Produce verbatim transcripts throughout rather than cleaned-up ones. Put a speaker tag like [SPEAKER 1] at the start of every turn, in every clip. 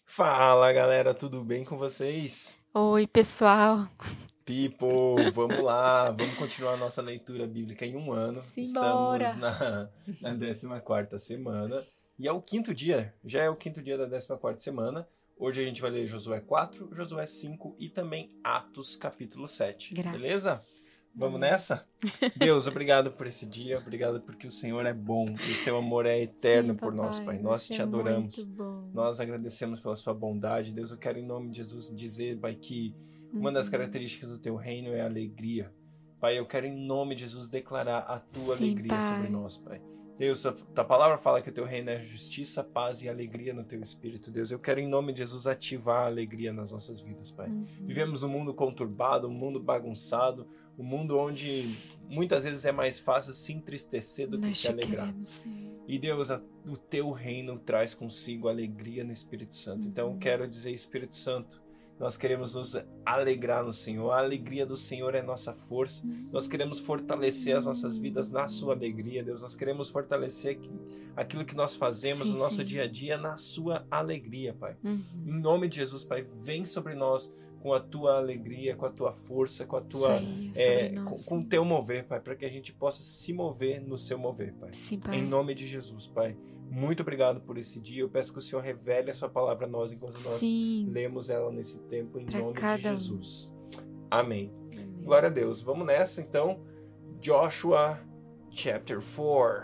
[SPEAKER 1] Fala galera, tudo bem com vocês?
[SPEAKER 2] Oi, pessoal.
[SPEAKER 1] People, vamos lá, vamos continuar a nossa leitura bíblica em um ano.
[SPEAKER 2] Simbora.
[SPEAKER 1] Estamos na, na décima quarta semana e é o quinto dia, já é o quinto dia da décima quarta semana. Hoje a gente vai ler Josué quatro, Josué cinco e também Atos capítulo sete,
[SPEAKER 2] Graças.
[SPEAKER 1] Beleza? Vamos nessa? Deus, obrigado por esse dia, obrigado porque o Senhor é bom e o seu amor é eterno
[SPEAKER 2] Sim,
[SPEAKER 1] por
[SPEAKER 2] papai,
[SPEAKER 1] nós, Pai. Nós
[SPEAKER 2] você
[SPEAKER 1] te
[SPEAKER 2] é
[SPEAKER 1] adoramos,
[SPEAKER 2] muito bom.
[SPEAKER 1] nós agradecemos pela sua bondade. Deus, eu quero em nome de Jesus dizer, Pai, que uma das características do teu reino é a alegria. Pai, eu quero em nome de Jesus declarar a tua
[SPEAKER 2] Sim,
[SPEAKER 1] alegria
[SPEAKER 2] Pai.
[SPEAKER 1] sobre nós, Pai. Deus, a tua palavra fala que o teu reino é justiça, paz e alegria no teu espírito. Deus, eu quero em nome de Jesus ativar a alegria nas nossas vidas, Pai.
[SPEAKER 2] Uhum.
[SPEAKER 1] Vivemos um mundo conturbado, um mundo bagunçado, um mundo onde muitas vezes é mais fácil se entristecer do que
[SPEAKER 2] Nós
[SPEAKER 1] se
[SPEAKER 2] te
[SPEAKER 1] alegrar.
[SPEAKER 2] queremos, Senhor.
[SPEAKER 1] E Deus, a, o teu reino traz consigo alegria no Espírito Santo.
[SPEAKER 2] Uhum.
[SPEAKER 1] Então eu quero dizer, Espírito Santo, nós queremos nos alegrar no Senhor. A alegria do Senhor é nossa força.
[SPEAKER 2] Uhum.
[SPEAKER 1] Nós queremos fortalecer as nossas vidas na sua alegria, Deus. Nós queremos fortalecer aquilo que nós fazemos
[SPEAKER 2] Sim,
[SPEAKER 1] no nosso
[SPEAKER 2] sim.
[SPEAKER 1] dia a dia na sua alegria, Pai.
[SPEAKER 2] Uhum.
[SPEAKER 1] Em nome de Jesus, Pai, vem sobre nós com a tua alegria, com a tua força, com a tua,
[SPEAKER 2] Sim,
[SPEAKER 1] é,
[SPEAKER 2] sobre nós,
[SPEAKER 1] com, com o
[SPEAKER 2] sim.
[SPEAKER 1] teu mover, Pai, para que a gente possa se mover no seu mover, Pai.
[SPEAKER 2] Sim, Pai.
[SPEAKER 1] Em nome de Jesus, Pai. Muito obrigado por esse dia. Eu peço que o Senhor revele a sua palavra a nós enquanto nós
[SPEAKER 2] Sim.
[SPEAKER 1] lemos ela nesse tempo, em
[SPEAKER 2] Pra
[SPEAKER 1] nome de
[SPEAKER 2] cada um.
[SPEAKER 1] Jesus. Amém.
[SPEAKER 2] Amém.
[SPEAKER 1] Glória a Deus. Vamos nessa, então. Joshua, chapter four.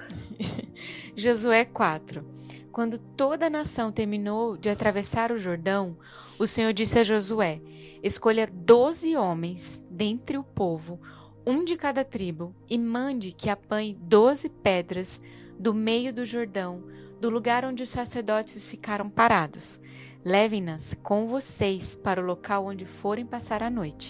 [SPEAKER 2] Josué quatro. Quando toda a nação terminou de atravessar o Jordão, o Senhor disse a Josué: escolha doze homens dentre o povo, um de cada tribo, e mande que apanhe doze pedras do meio do Jordão, do lugar onde os sacerdotes ficaram parados. Levem-nas com vocês para o local onde forem passar a noite.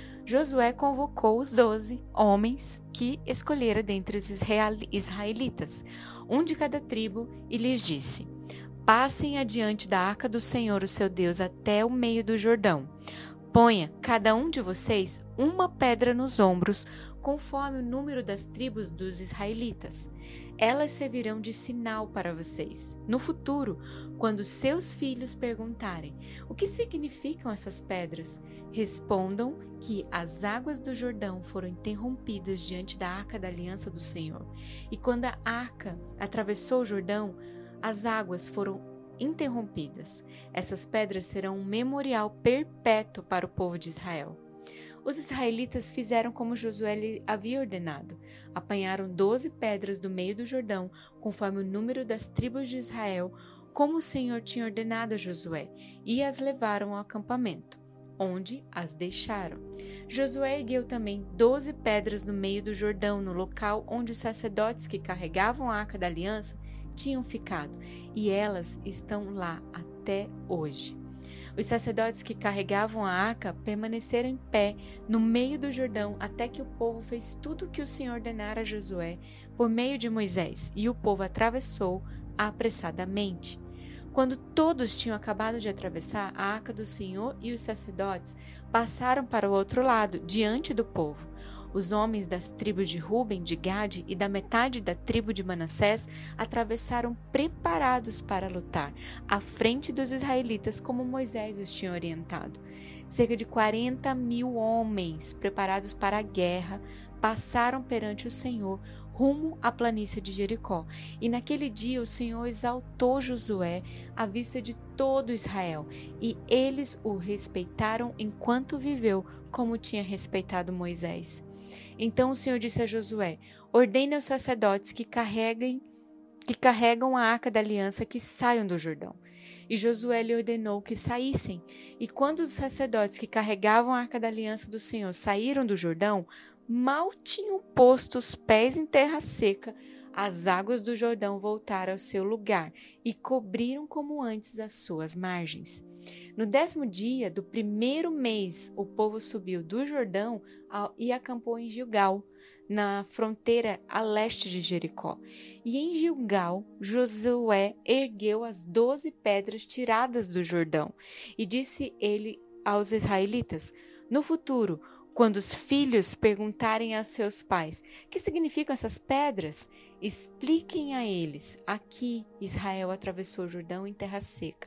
[SPEAKER 2] Josué convocou os doze homens que escolhera dentre os israelitas, um de cada tribo, e lhes disse: passem adiante da arca do Senhor, o seu Deus, até o meio do Jordão. Ponha cada um de vocês uma pedra nos ombros, conforme o número das tribos dos israelitas. Elas servirão de sinal para vocês. No futuro, quando seus filhos perguntarem: o que significam essas pedras? Respondam que as águas do Jordão foram interrompidas diante da arca da aliança do Senhor. E quando a arca atravessou o Jordão, as águas foram interrompidas. Essas pedras serão um memorial perpétuo para o povo de Israel. Os israelitas fizeram como Josué lhe havia ordenado. Apanharam doze pedras do meio do Jordão, conforme o número das tribos de Israel, como o Senhor tinha ordenado a Josué, e as levaram ao acampamento, onde as deixaram. Josué ergueu também doze pedras no meio do Jordão, no local onde os sacerdotes que carregavam a arca da aliança tinham ficado, e elas estão lá até hoje. Os sacerdotes que carregavam a arca permaneceram em pé no meio do Jordão até que o povo fez tudo o que o Senhor ordenara a Josué por meio de Moisés, e o povo atravessou apressadamente. Quando todos tinham acabado de atravessar, a arca do Senhor e os sacerdotes passaram para o outro lado, diante do povo. Os homens das tribos de Ruben, de Gade e da metade da tribo de Manassés atravessaram preparados para lutar, à frente dos israelitas, como Moisés os tinha orientado. Cerca de quarenta mil homens preparados para a guerra passaram perante o Senhor, rumo à planície de Jericó. E naquele dia o Senhor exaltou Josué à vista de todo Israel, e eles o respeitaram enquanto viveu, como tinha respeitado Moisés. Então o Senhor disse a Josué: ordene aos sacerdotes que carreguem, que carregam a arca da aliança que saiam do Jordão. E Josué lhe ordenou que saíssem. E quando os sacerdotes que carregavam a arca da aliança do Senhor saíram do Jordão, mal tinham posto os pés em terra seca, as águas do Jordão voltaram ao seu lugar e cobriram como antes as suas margens. No décimo dia do primeiro mês, o povo subiu do Jordão e acampou em Gilgal, na fronteira a leste de Jericó. E em Gilgal, Josué ergueu as doze pedras tiradas do Jordão, e disse ele aos israelitas: no futuro, quando os filhos perguntarem a seus pais: que significam essas pedras? Expliquem a eles: aqui Israel atravessou o Jordão em terra seca,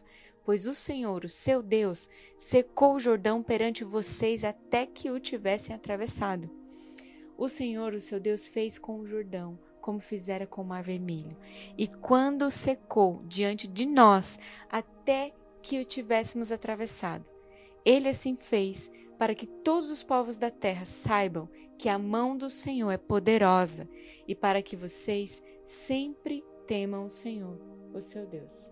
[SPEAKER 2] pois o Senhor, o seu Deus, secou o Jordão perante vocês até que o tivessem atravessado. O Senhor, o seu Deus, fez com o Jordão, como fizera com o Mar Vermelho, e quando o secou diante de nós, até que o tivéssemos atravessado. Ele assim fez, para que todos os povos da terra saibam que a mão do Senhor é poderosa, e para que vocês sempre temam o Senhor, o seu Deus.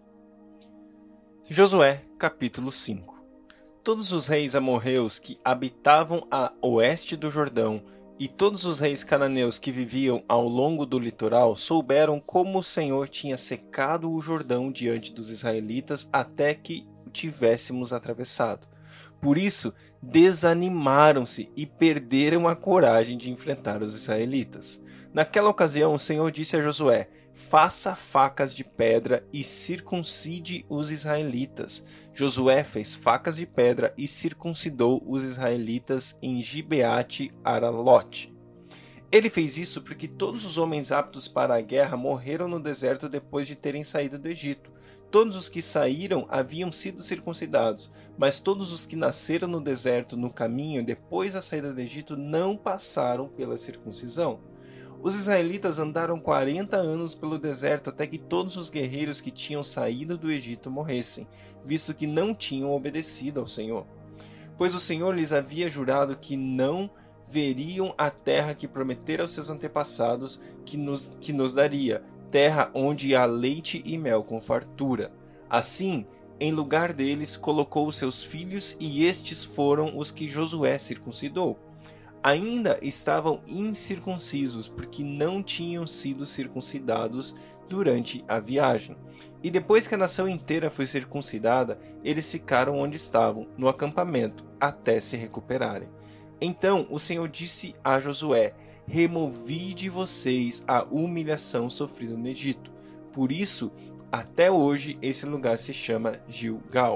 [SPEAKER 1] Josué, capítulo cinco. Todos os reis amorreus que habitavam a oeste do Jordão e todos os reis cananeus que viviam ao longo do litoral souberam como o Senhor tinha secado o Jordão diante dos israelitas até que o tivéssemos atravessado. Por isso, desanimaram-se e perderam a coragem de enfrentar os israelitas. Naquela ocasião, o Senhor disse a Josué: faça facas de pedra e circuncide os israelitas. Josué fez facas de pedra e circuncidou os israelitas em Gibeate Aralote. Ele fez isso porque todos os homens aptos para a guerra morreram no deserto depois de terem saído do Egito. Todos os que saíram haviam sido circuncidados, mas todos os que nasceram no deserto no caminho depois da saída do Egito não passaram pela circuncisão. Os israelitas andaram quarenta anos pelo deserto até que todos os guerreiros que tinham saído do Egito morressem, visto que não tinham obedecido ao Senhor. Pois o Senhor lhes havia jurado que não veriam a terra que prometera aos seus antepassados que nos, que nos daria, terra onde há leite e mel com fartura. Assim, em lugar deles, colocou os seus filhos, e estes foram os que Josué circuncidou. Ainda estavam incircuncisos, porque não tinham sido circuncidados durante a viagem. E depois que a nação inteira foi circuncidada, eles ficaram onde estavam, no acampamento, até se recuperarem. Então o Senhor disse a Josué: removi de vocês a humilhação sofrida no Egito. Por isso, até hoje, esse lugar se chama Gilgal.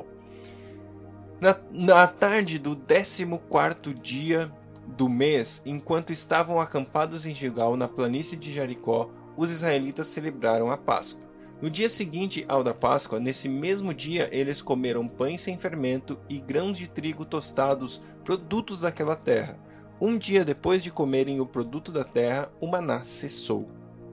[SPEAKER 1] Na, na tarde do décimo quarto dia do mês, enquanto estavam acampados em Gilgal, na planície de Jericó, os israelitas celebraram a Páscoa. No dia seguinte ao da Páscoa, nesse mesmo dia, eles comeram pães sem fermento e grãos de trigo tostados, produtos daquela terra. Um dia depois de comerem o produto da terra, o maná cessou.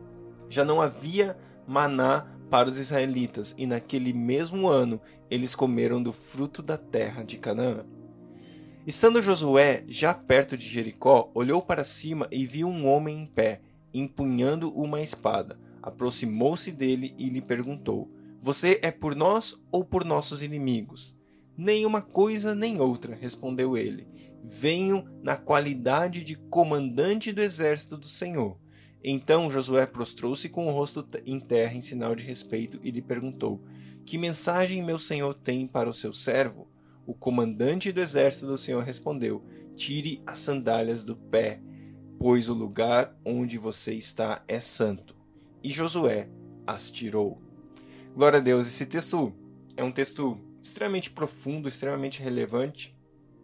[SPEAKER 1] Já não havia maná para os israelitas, e naquele mesmo ano eles comeram do fruto da terra de Canaã. Estando Josué já perto de Jericó, olhou para cima e viu um homem em pé, empunhando uma espada. Aproximou-se dele e lhe perguntou: você é por nós ou por nossos inimigos? Nem uma coisa nem outra, respondeu ele. Venho na qualidade de comandante do exército do Senhor. Então Josué prostrou-se com o rosto em terra em sinal de respeito e lhe perguntou: que mensagem meu senhor tem para o seu servo? O comandante do exército do Senhor respondeu: tire as sandálias do pé, pois o lugar onde você está é santo. E Josué as tirou. Glória a Deus, esse texto é um texto extremamente profundo, extremamente relevante,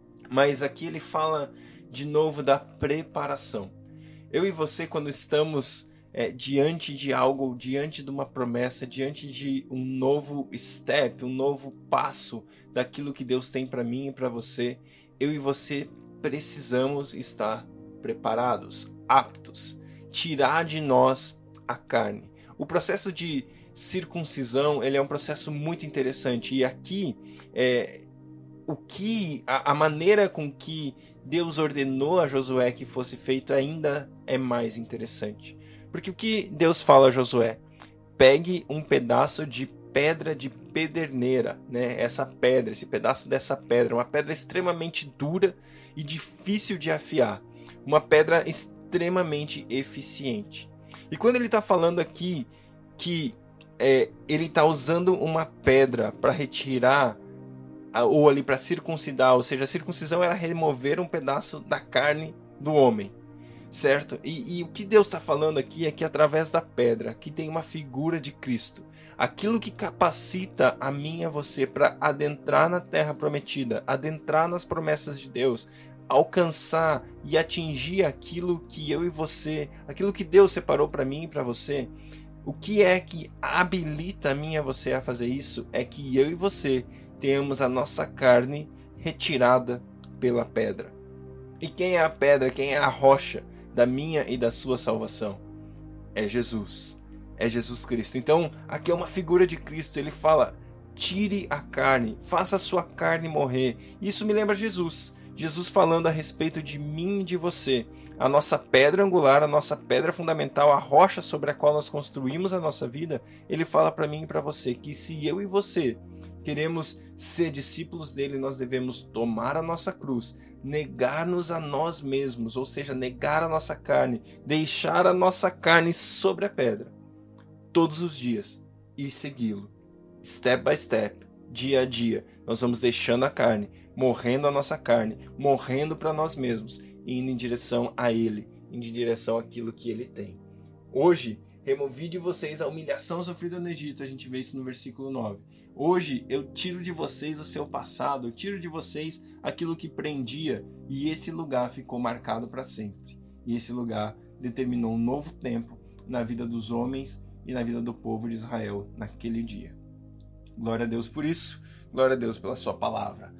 [SPEAKER 1] mas aqui ele fala de novo da preparação. Eu e você, quando estamos é, diante de algo, diante de uma promessa, diante de um novo step, um novo passo daquilo que Deus tem para mim e para você, eu e você precisamos estar preparados, aptos, tirar de nós a carne. O processo de circuncisão, ele é um processo muito interessante, e aqui é, o que a, a maneira com que Deus ordenou a Josué que fosse feito ainda é mais interessante. Porque o que Deus fala a Josué? Pegue um pedaço de pedra de pederneira, né? Essa pedra, esse pedaço dessa pedra, uma pedra extremamente dura e difícil de afiar, uma pedra extremamente eficiente. E quando ele está falando aqui que é, ele está usando uma pedra para retirar, ou ali para circuncidar, ou seja, a circuncisão era remover um pedaço da carne do homem, certo? E, e o que Deus está falando aqui é que através da pedra, que tem uma figura de Cristo, aquilo que capacita a mim e a você para adentrar na terra prometida, adentrar nas promessas de Deus, alcançar e atingir aquilo que eu e você, aquilo que Deus separou para mim e para você, O que é que habilita a mim e a você a fazer isso é que eu e você tenhamos a nossa carne retirada pela pedra. E quem é a pedra, quem é a rocha da minha e da sua salvação? É Jesus. É Jesus Cristo. Então, aqui é uma figura de Cristo. Ele fala, tire a carne, faça a sua carne morrer. Isso me lembra Jesus. Jesus falando a respeito de mim e de você. A nossa pedra angular, a nossa pedra fundamental, a rocha sobre a qual nós construímos a nossa vida. Ele fala para mim e para você que se eu e você queremos ser discípulos dele, nós devemos tomar a nossa cruz, negar-nos a nós mesmos, ou seja, negar a nossa carne, deixar a nossa carne sobre a pedra, todos os dias, e segui-lo, step by step, dia a dia. Nós vamos deixando a carne, morrendo a nossa carne, morrendo para nós mesmos, e indo em direção a ele, indo em direção àquilo que ele tem. Hoje, removi de vocês a humilhação sofrida no Egito. A gente vê isso no versículo nove. Hoje eu tiro de vocês o seu passado, eu tiro de vocês aquilo que prendia, e esse lugar ficou marcado para sempre. E esse lugar determinou um novo tempo na vida dos homens e na vida do povo de Israel naquele dia. Glória a Deus por isso, glória a Deus pela sua palavra.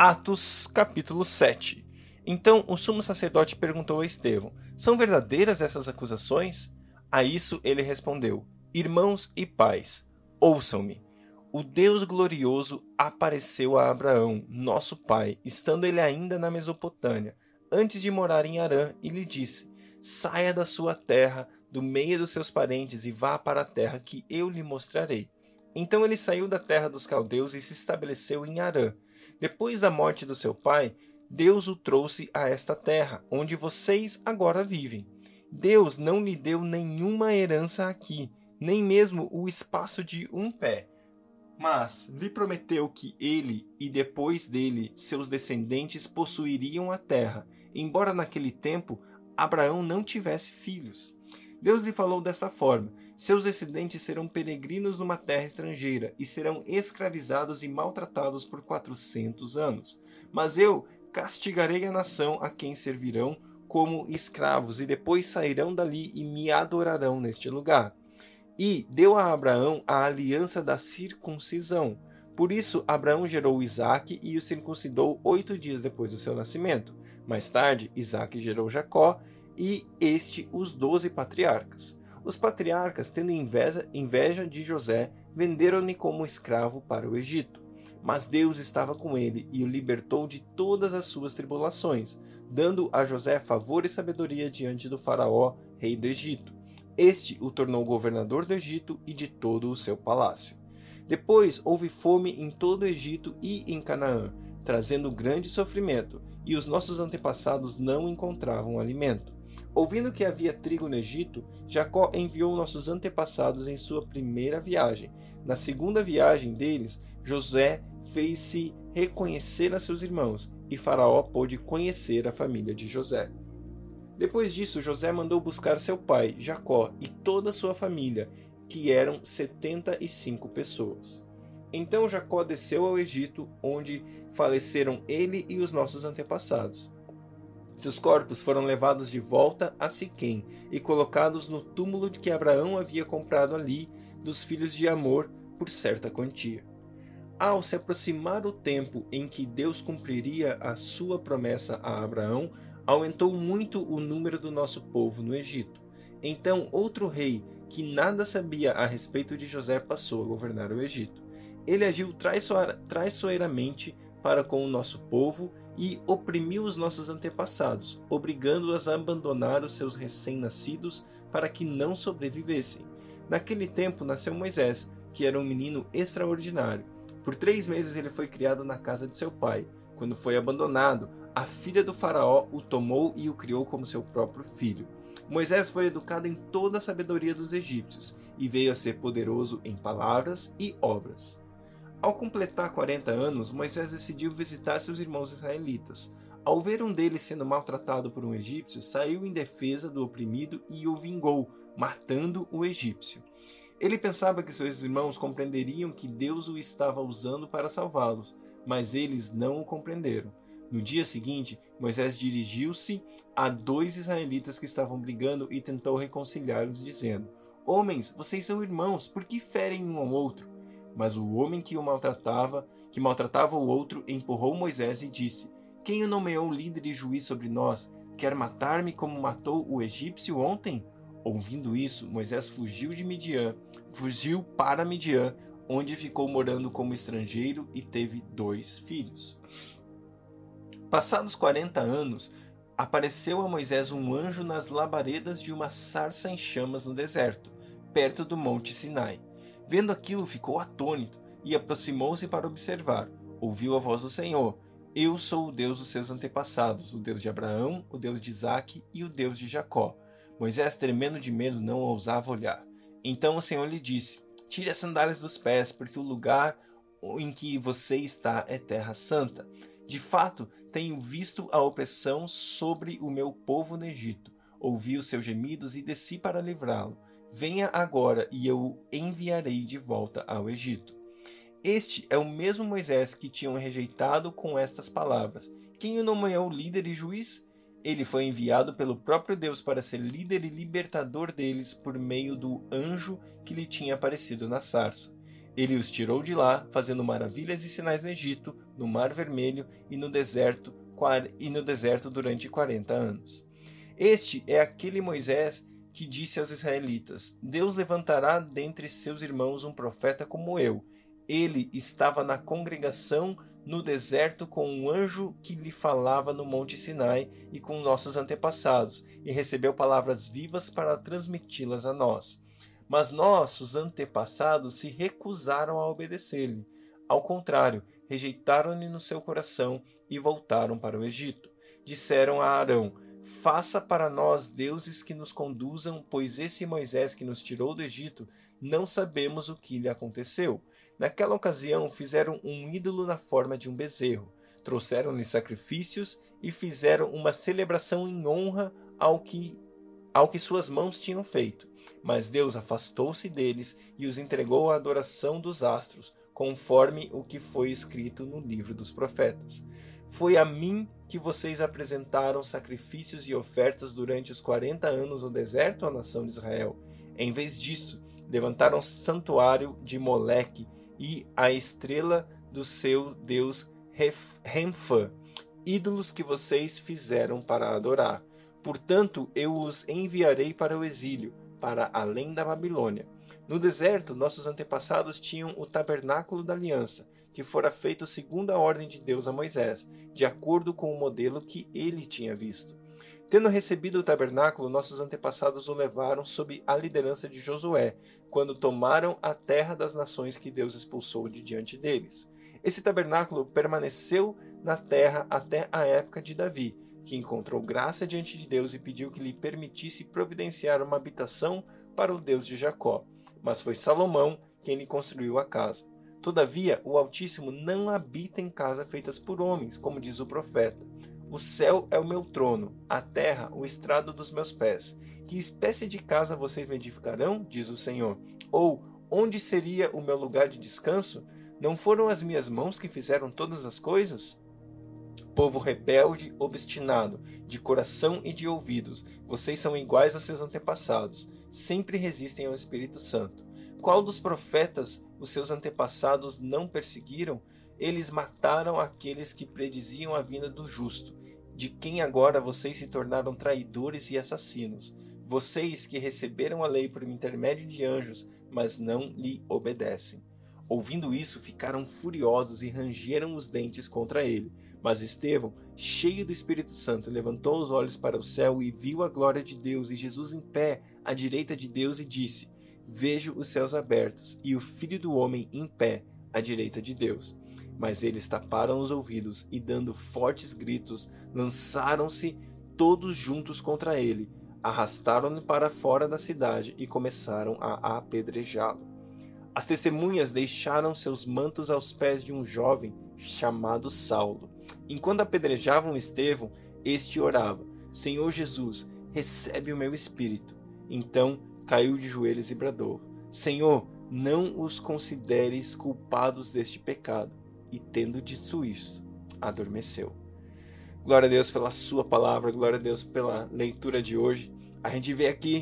[SPEAKER 1] Atos capítulo sete. Então o sumo sacerdote perguntou a Estevão, são verdadeiras essas acusações? A isso ele respondeu, irmãos e pais, ouçam-me. O Deus glorioso apareceu a Abraão, nosso pai, estando ele ainda na Mesopotâmia, antes de morar em Harã, e lhe disse, saia da sua terra, do meio dos seus parentes, e vá para a terra que eu lhe mostrarei. Então ele saiu da terra dos caldeus e se estabeleceu em Harã. Depois da morte do seu pai, Deus o trouxe a esta terra, onde vocês agora vivem. Deus não lhe deu nenhuma herança aqui, nem mesmo o espaço de um pé, mas lhe prometeu que ele e depois dele seus descendentes possuiriam a terra, embora naquele tempo Abraão não tivesse filhos. Deus lhe falou dessa forma, seus descendentes serão peregrinos numa terra estrangeira e serão escravizados e maltratados por quatrocentos anos, mas eu castigarei a nação a quem servirão como escravos, e depois sairão dali e me adorarão neste lugar. E deu a Abraão a aliança da circuncisão. Por isso Abraão gerou Isaque e o circuncidou oito dias depois do seu nascimento. Mais tarde, Isaque gerou Jacó e este os doze patriarcas. Os patriarcas, tendo inveja, inveja de José, venderam-no como escravo para o Egito. Mas Deus estava com ele e o libertou de todas as suas tribulações, dando a José favor e sabedoria diante do faraó, rei do Egito. Este o tornou governador do Egito e de todo o seu palácio. Depois houve fome em todo o Egito e em Canaã, trazendo grande sofrimento, e os nossos antepassados não encontravam alimento. Ouvindo que havia trigo no Egito, Jacó enviou nossos antepassados em sua primeira viagem. Na segunda viagem deles, José fez-se reconhecer a seus irmãos, e Faraó pôde conhecer a família de José. Depois disso, José mandou buscar seu pai, Jacó, e toda a sua família, que eram setenta e cinco pessoas. Então Jacó desceu ao Egito, onde faleceram ele e os nossos antepassados. Seus corpos foram levados de volta a Siquém e colocados no túmulo que Abraão havia comprado ali dos filhos de Amor por certa quantia. Ao se aproximar o tempo em que Deus cumpriria a sua promessa a Abraão, aumentou muito o número do nosso povo no Egito. Então outro rei, que nada sabia a respeito de José, passou a governar o Egito. Ele agiu traiçoeiramente para com o nosso povo e oprimiu os nossos antepassados, obrigando-os a abandonar os seus recém-nascidos para que não sobrevivessem. Naquele tempo nasceu Moisés, que era um menino extraordinário. Por três meses ele foi criado na casa de seu pai. Quando foi abandonado, a filha do faraó o tomou e o criou como seu próprio filho. Moisés foi educado em toda a sabedoria dos egípcios e veio a ser poderoso em palavras e obras. Ao completar quarenta anos, Moisés decidiu visitar seus irmãos israelitas. Ao ver um deles sendo maltratado por um egípcio, saiu em defesa do oprimido e o vingou, matando o egípcio. Ele pensava que seus irmãos compreenderiam que Deus o estava usando para salvá-los, mas eles não o compreenderam. No dia seguinte, Moisés dirigiu-se a dois israelitas que estavam brigando e tentou reconciliá-los, dizendo: Homens, vocês são irmãos, por que ferem um ao outro? Mas o homem que o maltratava, que maltratava o outro, empurrou Moisés e disse: Quem o nomeou líder e juiz sobre nós? Quer matar-me como matou o egípcio ontem? Ouvindo isso, Moisés fugiu de Midian, fugiu para Midian, onde ficou morando como estrangeiro e teve dois filhos. Passados quarenta anos, apareceu a Moisés um anjo nas labaredas de uma sarça em chamas no deserto, perto do monte Sinai. Vendo aquilo, ficou atônito e aproximou-se para observar. Ouviu a voz do Senhor: Eu sou o Deus dos seus antepassados, o Deus de Abraão, o Deus de Isaque e o Deus de Jacó. Moisés, tremendo de medo, não ousava olhar. Então o Senhor lhe disse: Tire as sandálias dos pés, porque o lugar em que você está é terra santa. De fato, tenho visto a opressão sobre o meu povo no Egito. Ouvi os seus gemidos e desci para livrá-lo. Venha agora e eu o enviarei de volta ao Egito. Este é o mesmo Moisés que tinham rejeitado com estas palavras. Quem o nomeou líder e juiz? Ele foi enviado pelo próprio Deus para ser líder e libertador deles por meio do anjo que lhe tinha aparecido na sarça. Ele os tirou de lá, fazendo maravilhas e sinais no Egito, no Mar Vermelho e no deserto, e no deserto durante quarenta anos. Este é aquele Moisés que disse aos israelitas: Deus levantará dentre seus irmãos um profeta como eu. Ele estava na congregação no deserto com um anjo que lhe falava no Monte Sinai e com nossos antepassados, e recebeu palavras vivas para transmiti-las a nós. Mas nossos antepassados se recusaram a obedecer-lhe. Ao contrário, rejeitaram-lhe no seu coração e voltaram para o Egito. Disseram a Arão: Faça para nós deuses que nos conduzam, pois esse Moisés que nos tirou do Egito, não sabemos o que lhe aconteceu. Naquela ocasião fizeram um ídolo na forma de um bezerro, trouxeram-lhe sacrifícios e fizeram uma celebração em honra ao que, ao que suas mãos tinham feito. Mas Deus afastou-se deles e os entregou à adoração dos astros, conforme o que foi escrito no livro dos profetas. Foi a mim que vocês apresentaram sacrifícios e ofertas durante os quarenta anos no deserto à nação de Israel. Em vez disso, levantaram santuário de Moleque e a estrela do seu deus Renfã, ídolos que vocês fizeram para adorar. Portanto, eu os enviarei para o exílio, para além da Babilônia. No deserto, nossos antepassados tinham o tabernáculo da aliança, que fora feito segundo a ordem de Deus a Moisés, de acordo com o modelo que ele tinha visto. Tendo recebido o tabernáculo, nossos antepassados o levaram sob a liderança de Josué, quando tomaram a terra das nações que Deus expulsou de diante deles. Esse tabernáculo permaneceu na terra até a época de Davi, que encontrou graça diante de Deus e pediu que lhe permitisse providenciar uma habitação para o Deus de Jacó. Mas foi Salomão quem lhe construiu a casa. Todavia, o Altíssimo não habita em casas feitas por homens, como diz o profeta. O céu é o meu trono, a terra o estrado dos meus pés. Que espécie de casa vocês me edificarão, diz o Senhor? Ou, onde seria o meu lugar de descanso? Não foram as minhas mãos que fizeram todas as coisas? Povo rebelde, obstinado, de coração e de ouvidos, vocês são iguais a seus antepassados, sempre resistem ao Espírito Santo. Qual dos profetas os seus antepassados não perseguiram? Eles mataram aqueles que prediziam a vinda do justo, de quem agora vocês se tornaram traidores e assassinos. Vocês que receberam a lei por intermédio de anjos, mas não lhe obedecem. Ouvindo isso, ficaram furiosos e rangeram os dentes contra ele. Mas Estevão, cheio do Espírito Santo, levantou os olhos para o céu e viu a glória de Deus e Jesus em pé à direita de Deus e disse: Vejo os céus abertos e o Filho do Homem em pé à direita de Deus. Mas eles taparam os ouvidos e, dando fortes gritos, lançaram-se todos juntos contra ele, arrastaram-no para fora da cidade e começaram a apedrejá-lo. As testemunhas deixaram seus mantos aos pés de um jovem chamado Saulo. Enquanto apedrejavam Estevão, este orava: Senhor Jesus, recebe o meu espírito. Então caiu de joelhos e bradou: Senhor, não os consideres culpados deste pecado. E tendo dito isso, adormeceu. Glória a Deus pela sua palavra, glória a Deus pela leitura de hoje. A gente vê aqui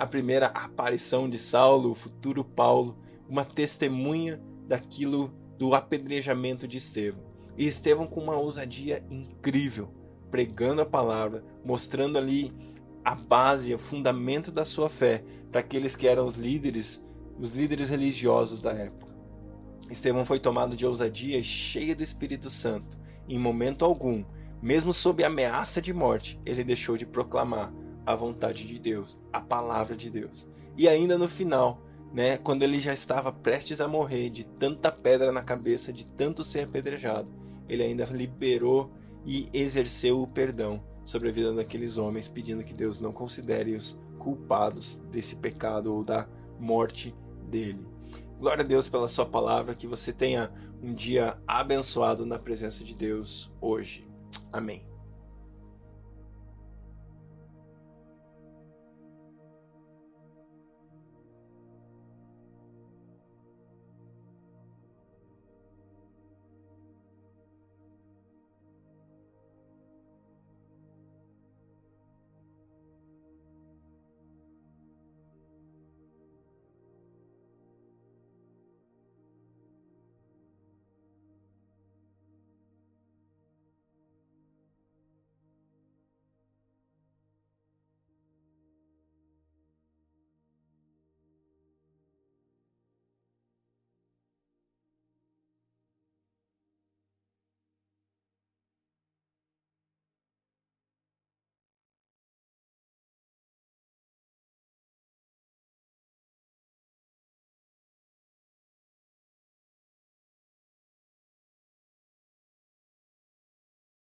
[SPEAKER 1] a primeira aparição de Saulo, o futuro Paulo, uma testemunha daquilo do apedrejamento de Estevão. E Estevão com uma ousadia incrível, pregando a palavra, mostrando ali a base, o fundamento da sua fé para aqueles que eram os líderes, os líderes religiosos da época. Estevão foi tomado de ousadia e cheio do Espírito Santo. Em momento algum, mesmo sob ameaça de morte, ele deixou de proclamar a vontade de Deus, a palavra de Deus. E ainda no final, né, quando ele já estava prestes a morrer de tanta pedra na cabeça, de tanto ser apedrejado, ele ainda liberou e exerceu o perdão sobre a vida daqueles homens, pedindo que Deus não considere os culpados desse pecado ou da morte dele. Glória a Deus pela sua palavra, que você tenha um dia abençoado na presença de Deus hoje. Amém.